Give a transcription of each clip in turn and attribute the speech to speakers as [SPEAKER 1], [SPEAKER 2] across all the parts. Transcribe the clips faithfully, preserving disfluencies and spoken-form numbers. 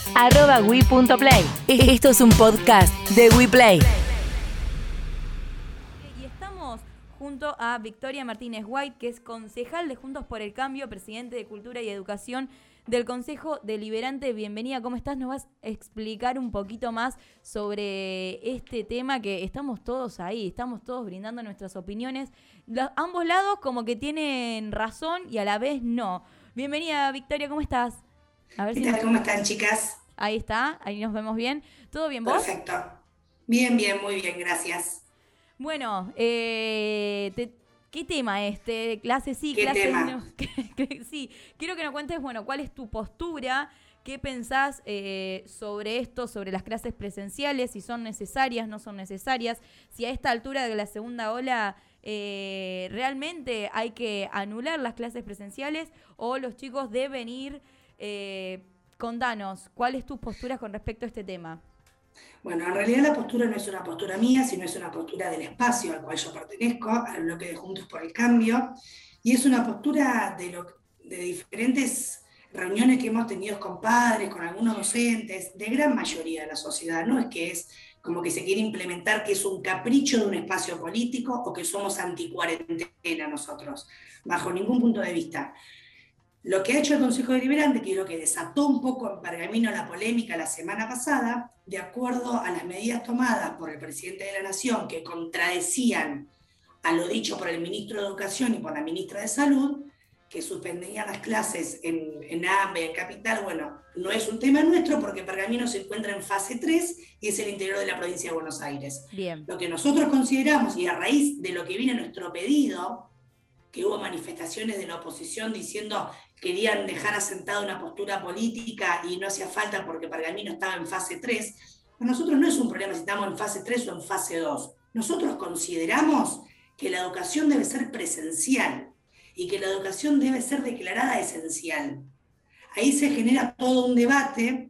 [SPEAKER 1] arroba wi punto play. Esto es un podcast de WePlay.
[SPEAKER 2] Y estamos junto a Victoria Martínez White, que es concejal de Juntos por el Cambio, presidente de Cultura y Educación del Consejo Deliberante. Bienvenida, ¿cómo estás? Nos vas a explicar un poquito más sobre este tema, que estamos todos ahí, estamos todos brindando nuestras opiniones. Los, ambos lados como que tienen razón y a la vez no. Bienvenida, Victoria, ¿cómo estás?
[SPEAKER 3] A ver si nos... ¿Cómo están, chicas?
[SPEAKER 2] Ahí está, ahí nos vemos bien. ¿Todo bien vos?
[SPEAKER 3] Perfecto. Bien, bien, muy bien, gracias.
[SPEAKER 2] Bueno, eh, te, ¿qué tema este? Clase sí,
[SPEAKER 3] ¿Qué
[SPEAKER 2] clase
[SPEAKER 3] tema?
[SPEAKER 2] no. Sí, quiero que nos cuentes, bueno, cuál es tu postura, qué pensás eh, sobre esto, sobre las clases presenciales, si son necesarias, no son necesarias, si a esta altura de la segunda ola eh, realmente hay que anular las clases presenciales o los chicos deben ir. Eh, contanos, ¿cuál es tu postura con respecto a este tema?
[SPEAKER 3] Bueno, en realidad la postura no es una postura mía, sino es una postura del espacio al cual yo pertenezco, al bloque de Juntos por el Cambio, y es una postura de, lo, de diferentes reuniones que hemos tenido con padres, con algunos docentes, de gran mayoría de la sociedad. No es que es como que se quiere implementar que es un capricho de un espacio político o que somos anticuarentena nosotros, bajo ningún punto de vista. Lo que ha hecho el Consejo Deliberante, que es lo que desató un poco en Pergamino la polémica la semana pasada, de acuerdo a las medidas tomadas por el presidente de la Nación, que contradecían a lo dicho por el ministro de Educación y por la ministra de Salud, que suspendían las clases en, en A M B, en Capital. Bueno, no es un tema nuestro porque Pergamino se encuentra en fase tres y es el interior de la provincia de Buenos Aires.
[SPEAKER 2] Bien.
[SPEAKER 3] Lo que nosotros consideramos, y a raíz de lo que viene nuestro pedido, que hubo manifestaciones de la oposición diciendo que querían dejar asentada una postura política y no hacía falta porque Pergamino estaba en fase tres. Para nosotros no es un problema si estamos en fase tres o en fase dos. Nosotros consideramos que la educación debe ser presencial y que la educación debe ser declarada esencial. Ahí se genera todo un debate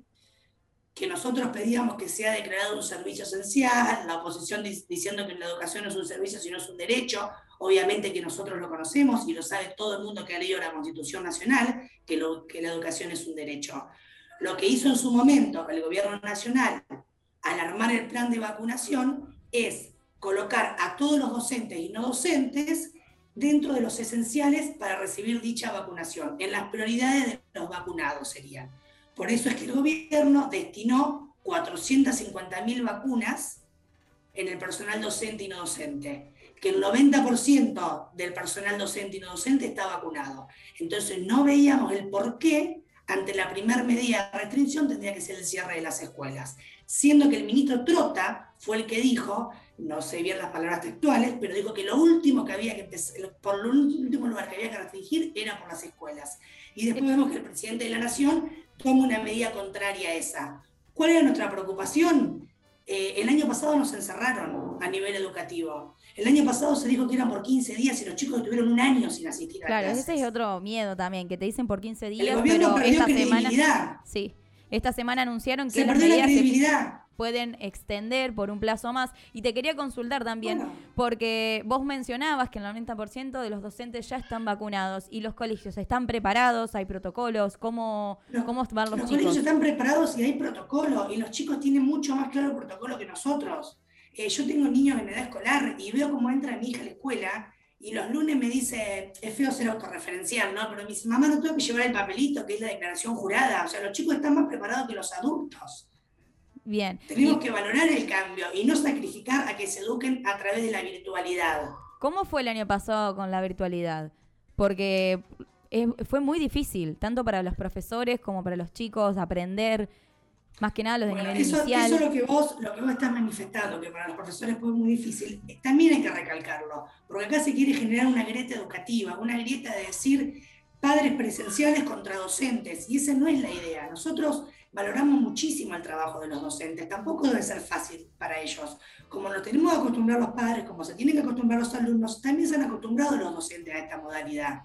[SPEAKER 3] que nosotros pedíamos que sea declarado un servicio esencial, la oposición diciendo que la educación no es un servicio sino es un derecho. Obviamente que nosotros lo conocemos y lo sabe todo el mundo que ha leído la Constitución Nacional, que, lo, que la educación es un derecho. Lo que hizo en su momento el gobierno nacional al armar el plan de vacunación es colocar a todos los docentes y no docentes dentro de los esenciales para recibir dicha vacunación, en las prioridades de los vacunados serían. Por eso es que el gobierno destinó cuatrocientas cincuenta mil vacunas en el personal docente y no docente, que el noventa por ciento del personal docente y no docente está vacunado. Entonces no veíamos el por qué, ante la primera medida de restricción, tendría que ser el cierre de las escuelas. Siendo que el ministro Trota fue el que dijo, no sé bien las palabras textuales, pero dijo que lo último que había que empezar, por el último lugar que había que restringir era por las escuelas. Y después vemos que el presidente de la Nación toma una medida contraria a esa. ¿Cuál era nuestra preocupación? Eh, el año pasado nos encerraron a nivel educativo. El año pasado se dijo que eran por quince días y los chicos estuvieron un año sin asistir a
[SPEAKER 2] claro,
[SPEAKER 3] clases.
[SPEAKER 2] Claro, ese es otro miedo también, que te dicen por quince días,
[SPEAKER 3] el gobierno
[SPEAKER 2] pero
[SPEAKER 3] perdió
[SPEAKER 2] esta
[SPEAKER 3] credibilidad.
[SPEAKER 2] semana, sí, esta semana anunciaron que
[SPEAKER 3] se
[SPEAKER 2] las
[SPEAKER 3] perdió la
[SPEAKER 2] medidas
[SPEAKER 3] credibilidad.
[SPEAKER 2] se pueden extender por un plazo más. Y te quería consultar también,
[SPEAKER 3] bueno.
[SPEAKER 2] porque vos mencionabas que el noventa por ciento de los docentes ya están vacunados y los colegios están preparados, hay protocolos, ¿cómo,
[SPEAKER 3] los,
[SPEAKER 2] cómo van los,
[SPEAKER 3] los
[SPEAKER 2] chicos?
[SPEAKER 3] Los colegios están preparados y hay protocolo, y los chicos tienen mucho más claro el protocolo que nosotros. Eh, yo tengo niños en edad escolar y veo cómo entra mi hija a la escuela y los lunes me dice, es feo ser autorreferencial, ¿no? Pero me dice, mamá, no tengo que llevar el papelito, que es la declaración jurada. O sea, los chicos están más preparados que los adultos.
[SPEAKER 2] Bien.
[SPEAKER 3] Tenemos
[SPEAKER 2] y...
[SPEAKER 3] que valorar el cambio y no sacrificar a que se eduquen a través de la virtualidad.
[SPEAKER 2] ¿Cómo fue el año pasado con la virtualidad? Porque es, fue muy difícil, tanto para los profesores como para los chicos, aprender, más que nada los de
[SPEAKER 3] bueno,
[SPEAKER 2] nivel
[SPEAKER 3] eso,
[SPEAKER 2] inicial.
[SPEAKER 3] Eso es lo que, vos, lo que vos estás manifestando, que para los profesores fue muy difícil. También hay que recalcarlo, porque acá se quiere generar una grieta educativa, una grieta de decir padres presenciales contra docentes, y esa no es la idea. Nosotros valoramos muchísimo el trabajo de los docentes, tampoco debe ser fácil para ellos. Como nos tenemos que acostumbrar los padres, como se tienen que acostumbrar los alumnos, también se han acostumbrado los docentes a esta modalidad.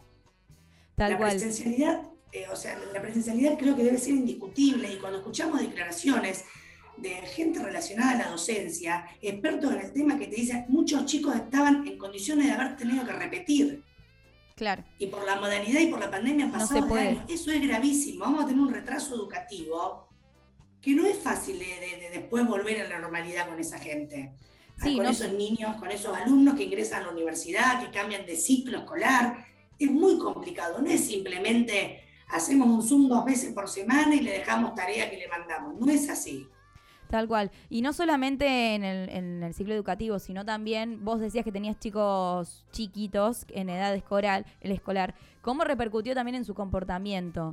[SPEAKER 2] Tal
[SPEAKER 3] la
[SPEAKER 2] cual.
[SPEAKER 3] presencialidad, eh, o sea, la presencialidad creo que debe ser indiscutible, y cuando escuchamos declaraciones de gente relacionada a la docencia, expertos en el tema, que te dicen muchos chicos estaban en condiciones de haber tenido que repetir.
[SPEAKER 2] Claro.
[SPEAKER 3] Y por la modalidad y por la pandemia han pasado
[SPEAKER 2] no se puede.
[SPEAKER 3] años. Eso es gravísimo. Vamos a tener un retraso educativo que no es fácil de, de, de después volver a la normalidad con esa gente. Sí, con no, esos niños, con esos alumnos que ingresan a la universidad, que cambian de ciclo escolar. Es muy complicado, no es simplemente hacemos un Zoom dos veces por semana y le dejamos tarea que le mandamos, no es así.
[SPEAKER 2] Tal cual. Y no solamente en el, en el ciclo educativo, sino también, vos decías que tenías chicos chiquitos en edad escolar, el escolar. ¿Cómo repercutió también en su comportamiento?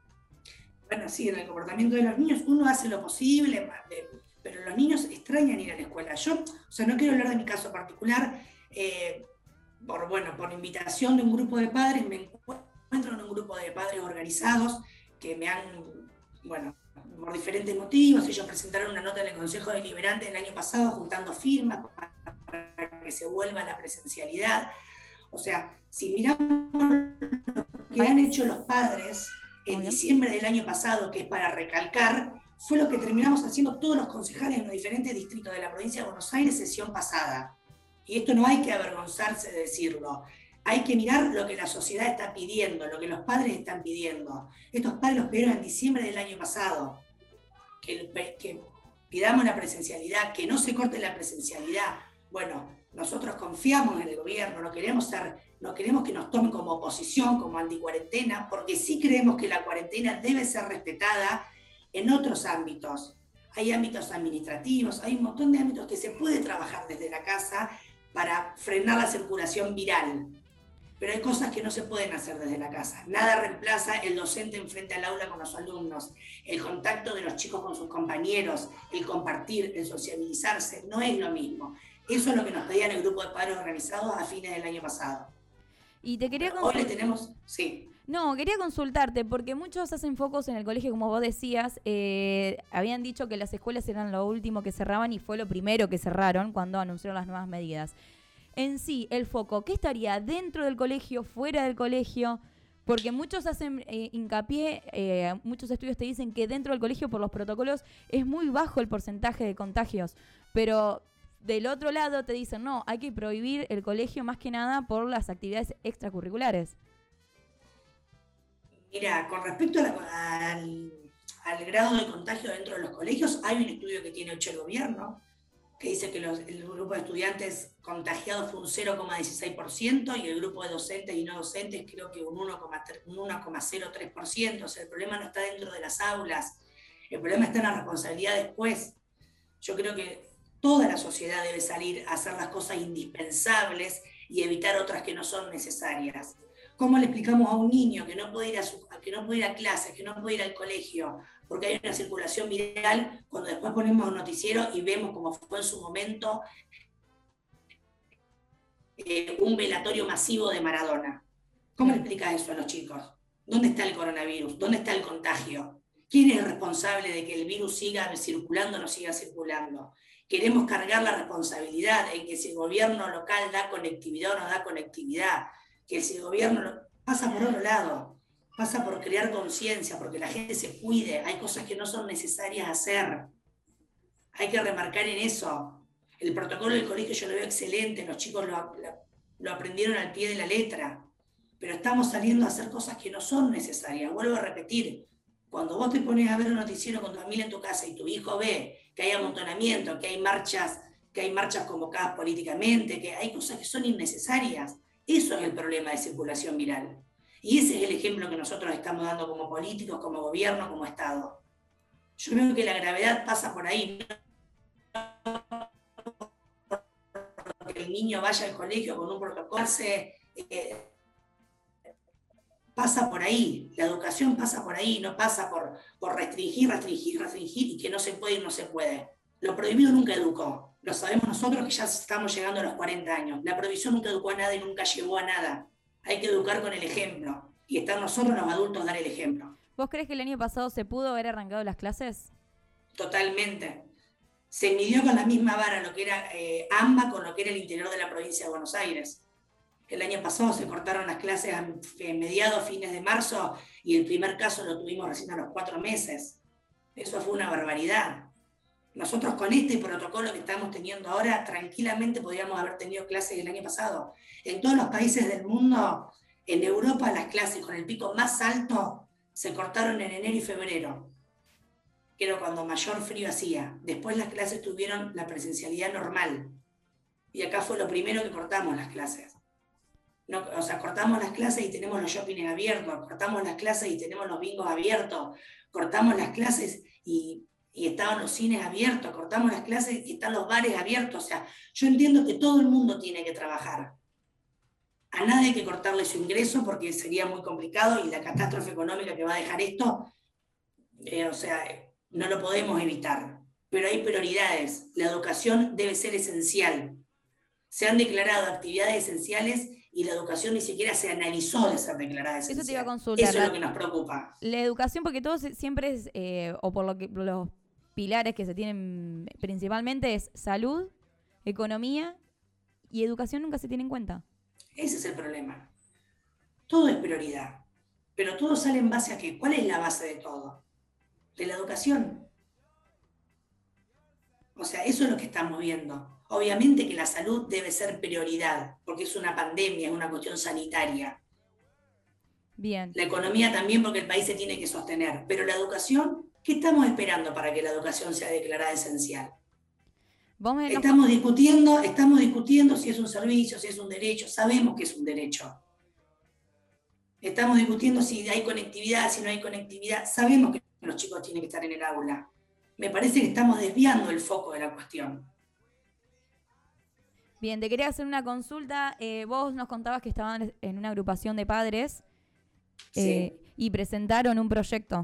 [SPEAKER 3] Bueno, sí, en el comportamiento de los niños uno hace lo posible, pero los niños extrañan ir a la escuela. Yo, o sea, no quiero hablar de mi caso particular, eh, por, bueno, por invitación de un grupo de padres, me encuentro en un grupo de padres organizados que me han, bueno, por diferentes motivos, ellos presentaron una nota en el Consejo Deliberante el año pasado juntando firmas para que se vuelva a la presencialidad. O sea, si miramos lo que han hecho los padres en diciembre del año pasado, que es para recalcar, fue lo que terminamos haciendo todos los concejales en los diferentes distritos de la provincia de Buenos Aires sesión pasada. Y esto no hay que avergonzarse de decirlo. Hay que mirar lo que la sociedad está pidiendo, lo que los padres están pidiendo. Estos padres los pidieron en diciembre del año pasado. Que, que pidamos la presencialidad, que no se corte la presencialidad. Bueno, nosotros confiamos en el gobierno, no queremos ser, no queremos que nos tomen como oposición, como anticuarentena, porque sí creemos que la cuarentena debe ser respetada en otros ámbitos. Hay ámbitos administrativos, hay un montón de ámbitos que se puede trabajar desde la casa para frenar la circulación viral. Pero hay cosas que no se pueden hacer desde la casa. Nada reemplaza el docente enfrente al aula con los alumnos, el contacto de los chicos con sus compañeros, el compartir, el sociabilizarse, no es lo mismo. Eso es lo que nos pedían el grupo de padres organizados a fines del año pasado.
[SPEAKER 2] Y te quería
[SPEAKER 3] Hoy le tenemos, sí.
[SPEAKER 2] No, quería consultarte, porque muchos hacen focos en el colegio, como vos decías, eh, habían dicho que las escuelas eran lo último que cerraban y fue lo primero que cerraron cuando anunciaron las nuevas medidas. En sí, el foco, ¿qué estaría dentro del colegio, fuera del colegio? Porque muchos hacen eh, hincapié, eh, muchos estudios te dicen que dentro del colegio, por los protocolos, es muy bajo el porcentaje de contagios, pero del otro lado te dicen, no, hay que prohibir el colegio más que nada por las actividades extracurriculares.
[SPEAKER 3] Mira, con respecto a la, al, al grado de contagio dentro de los colegios, hay un estudio que tiene hecho el gobierno, que dice que los, el grupo de estudiantes contagiados fue un cero coma dieciséis por ciento y el grupo de docentes y no docentes creo que un uno coma cero tres por ciento. O sea, el problema no está dentro de las aulas, el problema está en la responsabilidad después. Yo creo que toda la sociedad debe salir a hacer las cosas indispensables y evitar otras que no son necesarias. ¿Cómo le explicamos a un niño que no puede ir a, su, que no puede ir a clases, que no puede ir al colegio, porque hay una circulación viral, cuando después ponemos un noticiero y vemos como fue en su momento eh, un velatorio masivo de Maradona? ¿Cómo le explicas eso a los chicos? ¿Dónde está el coronavirus? ¿Dónde está el contagio? ¿Quién es el responsable de que el virus siga circulando o no siga circulando? Queremos cargar la responsabilidad en que si el gobierno local da conectividad o no da conectividad, que si el gobierno pasa por otro lado, pasa por crear conciencia, porque la gente se cuide, hay cosas que no son necesarias hacer. Hay que remarcar en eso. El protocolo del colegio yo lo veo excelente, los chicos lo, lo, lo aprendieron al pie de la letra, pero estamos saliendo a hacer cosas que no son necesarias. Vuelvo a repetir, cuando vos te pones a ver un noticiero con tu familia en tu casa y tu hijo ve que hay amontonamiento, que hay marchas, que hay marchas convocadas políticamente, que hay cosas que son innecesarias, eso es el problema de circulación viral. Y ese es el ejemplo que nosotros estamos dando como políticos, como gobierno, como Estado. Yo veo que la gravedad pasa por ahí. Que el niño vaya al colegio con un protocolo, eh, pasa por ahí. La educación pasa por ahí, no pasa por, por restringir, restringir, restringir y que no se puede y no se puede. Lo prohibido nunca educó. Lo sabemos nosotros que ya estamos llegando a los cuarenta años. La prohibición nunca educó a nada y nunca llevó a nada. Hay que educar con el ejemplo. Y estar nosotros los adultos dar el ejemplo.
[SPEAKER 2] ¿Vos crees que el año pasado se pudo haber arrancado las clases?
[SPEAKER 3] Totalmente. Se midió con la misma vara lo que era eh, AMBA con lo que era el interior de la provincia de Buenos Aires. El año pasado se cortaron las clases a mediados, fines de marzo, y el primer caso lo tuvimos recién a los cuatro meses. Eso fue una barbaridad. Nosotros con este protocolo que estamos teniendo ahora, tranquilamente podríamos haber tenido clases el año pasado. En todos los países del mundo, en Europa las clases con el pico más alto se cortaron en enero y febrero. que era cuando mayor frío hacía. Después las clases tuvieron la presencialidad normal. Y acá fue lo primero que cortamos las clases. No, o sea, cortamos las clases y tenemos los shoppings abiertos, cortamos las clases y tenemos los bingos abiertos, cortamos las clases y, y estaban los cines abiertos, cortamos las clases y están los bares abiertos. O sea, yo entiendo que todo el mundo tiene que trabajar. A nadie hay que cortarle su ingreso porque sería muy complicado y la catástrofe económica que va a dejar esto, eh, o sea, no lo podemos evitar. Pero hay prioridades. La educación debe ser esencial. Se han declarado actividades esenciales y la educación ni siquiera se analizó de ser declarada esencial.
[SPEAKER 2] Eso te iba a consultar.
[SPEAKER 3] Eso es lo que nos preocupa.
[SPEAKER 2] La educación, porque todo siempre es, eh, o por lo que los pilares que se tienen principalmente es salud, economía y educación nunca se tiene en cuenta.
[SPEAKER 3] Ese es el problema. Todo es prioridad, pero todo sale en base a ¿qué? ¿Cuál es la base de todo? De la educación. O sea, eso es lo que estamos viendo. Obviamente que la salud debe ser prioridad, porque es una pandemia, es una cuestión sanitaria.
[SPEAKER 2] Bien.
[SPEAKER 3] La economía también, porque el país se tiene que sostener. Pero la educación, ¿qué estamos esperando para que la educación sea declarada esencial?
[SPEAKER 2] ¿Vos me
[SPEAKER 3] estamos discutiendo, estamos discutiendo si es un servicio, si es un derecho. Sabemos que es un derecho. Estamos discutiendo si hay conectividad, si no hay conectividad. Sabemos que los chicos tienen que estar en el aula. Me parece que estamos desviando el foco de la cuestión.
[SPEAKER 2] Bien, te quería hacer una consulta. Eh, vos nos contabas que estaban en una agrupación de padres eh, sí. y presentaron un proyecto.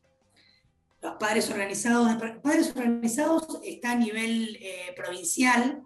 [SPEAKER 3] Los padres organizados, padres organizados está a nivel eh, provincial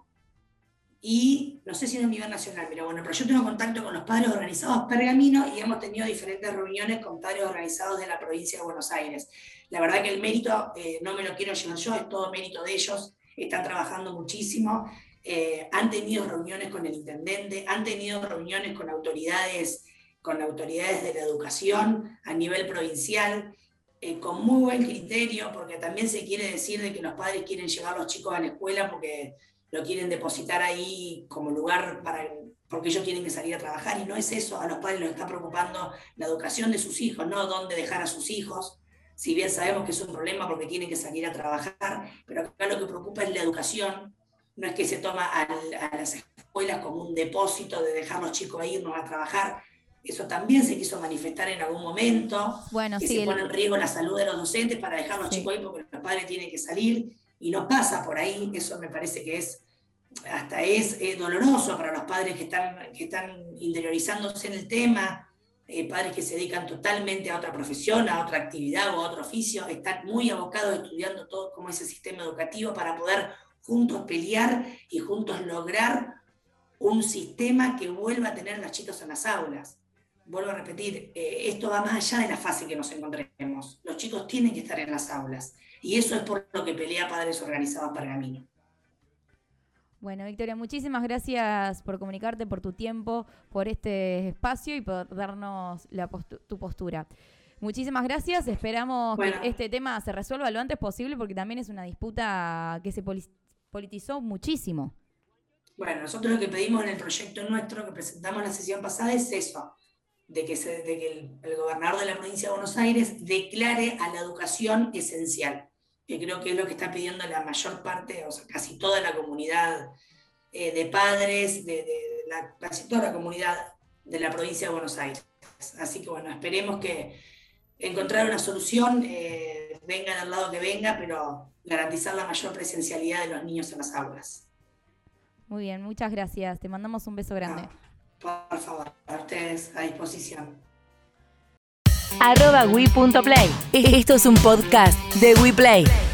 [SPEAKER 3] y no sé si no a nivel nacional, pero bueno, pero yo tengo contacto con los padres organizados Pergamino y hemos tenido diferentes reuniones con padres organizados de la provincia de Buenos Aires. La verdad que el mérito eh, no me lo quiero llevar yo, es todo mérito de ellos, están trabajando muchísimo. Eh, han tenido reuniones con el intendente, han tenido reuniones con autoridades, con autoridades de la educación a nivel provincial, eh, con muy buen criterio, porque también se quiere decir de que los padres quieren llevar a los chicos a la escuela porque lo quieren depositar ahí como lugar para, porque ellos tienen que salir a trabajar, y no es eso. A los padres les está preocupando la educación de sus hijos, no dónde dejar a sus hijos, si bien sabemos que es un problema porque tienen que salir a trabajar, pero acá lo que preocupa es la educación. No es que se toma a, a las escuelas como un depósito de dejar a los chicos a irnos a trabajar. Eso también se quiso manifestar en algún momento,
[SPEAKER 2] bueno,
[SPEAKER 3] que
[SPEAKER 2] sí,
[SPEAKER 3] se
[SPEAKER 2] el...
[SPEAKER 3] pone en riesgo la salud de los docentes para dejar a los sí. chicos ahí porque los padres tienen que salir, y no pasa por ahí. Eso me parece que es, hasta es, es doloroso para los padres que están, que están interiorizándose en el tema, eh, padres que se dedican totalmente a otra profesión, a otra actividad o a otro oficio, están muy abocados estudiando todo como ese sistema educativo para poder juntos pelear y juntos lograr un sistema que vuelva a tener a los chicos en las aulas. Vuelvo a repetir, eh, esto va más allá de la fase que nos encontremos. Los chicos tienen que estar en las aulas. Y eso es por lo que pelea Padres Organizados Pergamino.
[SPEAKER 2] Bueno, Victoria, muchísimas gracias por comunicarte, por tu tiempo, por este espacio y por darnos la postu- tu postura. Muchísimas gracias. Esperamos bueno. que este tema se resuelva lo antes posible porque también es una disputa que se poli- politizó muchísimo.
[SPEAKER 3] Bueno, nosotros lo que pedimos en el proyecto nuestro que presentamos la sesión pasada es eso, de que, se, de que el, el gobernador de la provincia de Buenos Aires declare a la educación esencial, que creo que es lo que está pidiendo la mayor parte, o sea, casi toda la comunidad eh, de padres, de, de la, casi toda la comunidad de la provincia de Buenos Aires. Así que bueno, esperemos que encontrar una solución, eh, venga del lado que venga, pero garantizar la mayor presencialidad de los niños en las aulas.
[SPEAKER 2] Muy bien, muchas gracias. Te mandamos un beso grande.
[SPEAKER 3] No, por favor, a ustedes a disposición.
[SPEAKER 1] arroba wi punto play. Esto es un podcast de WePlay.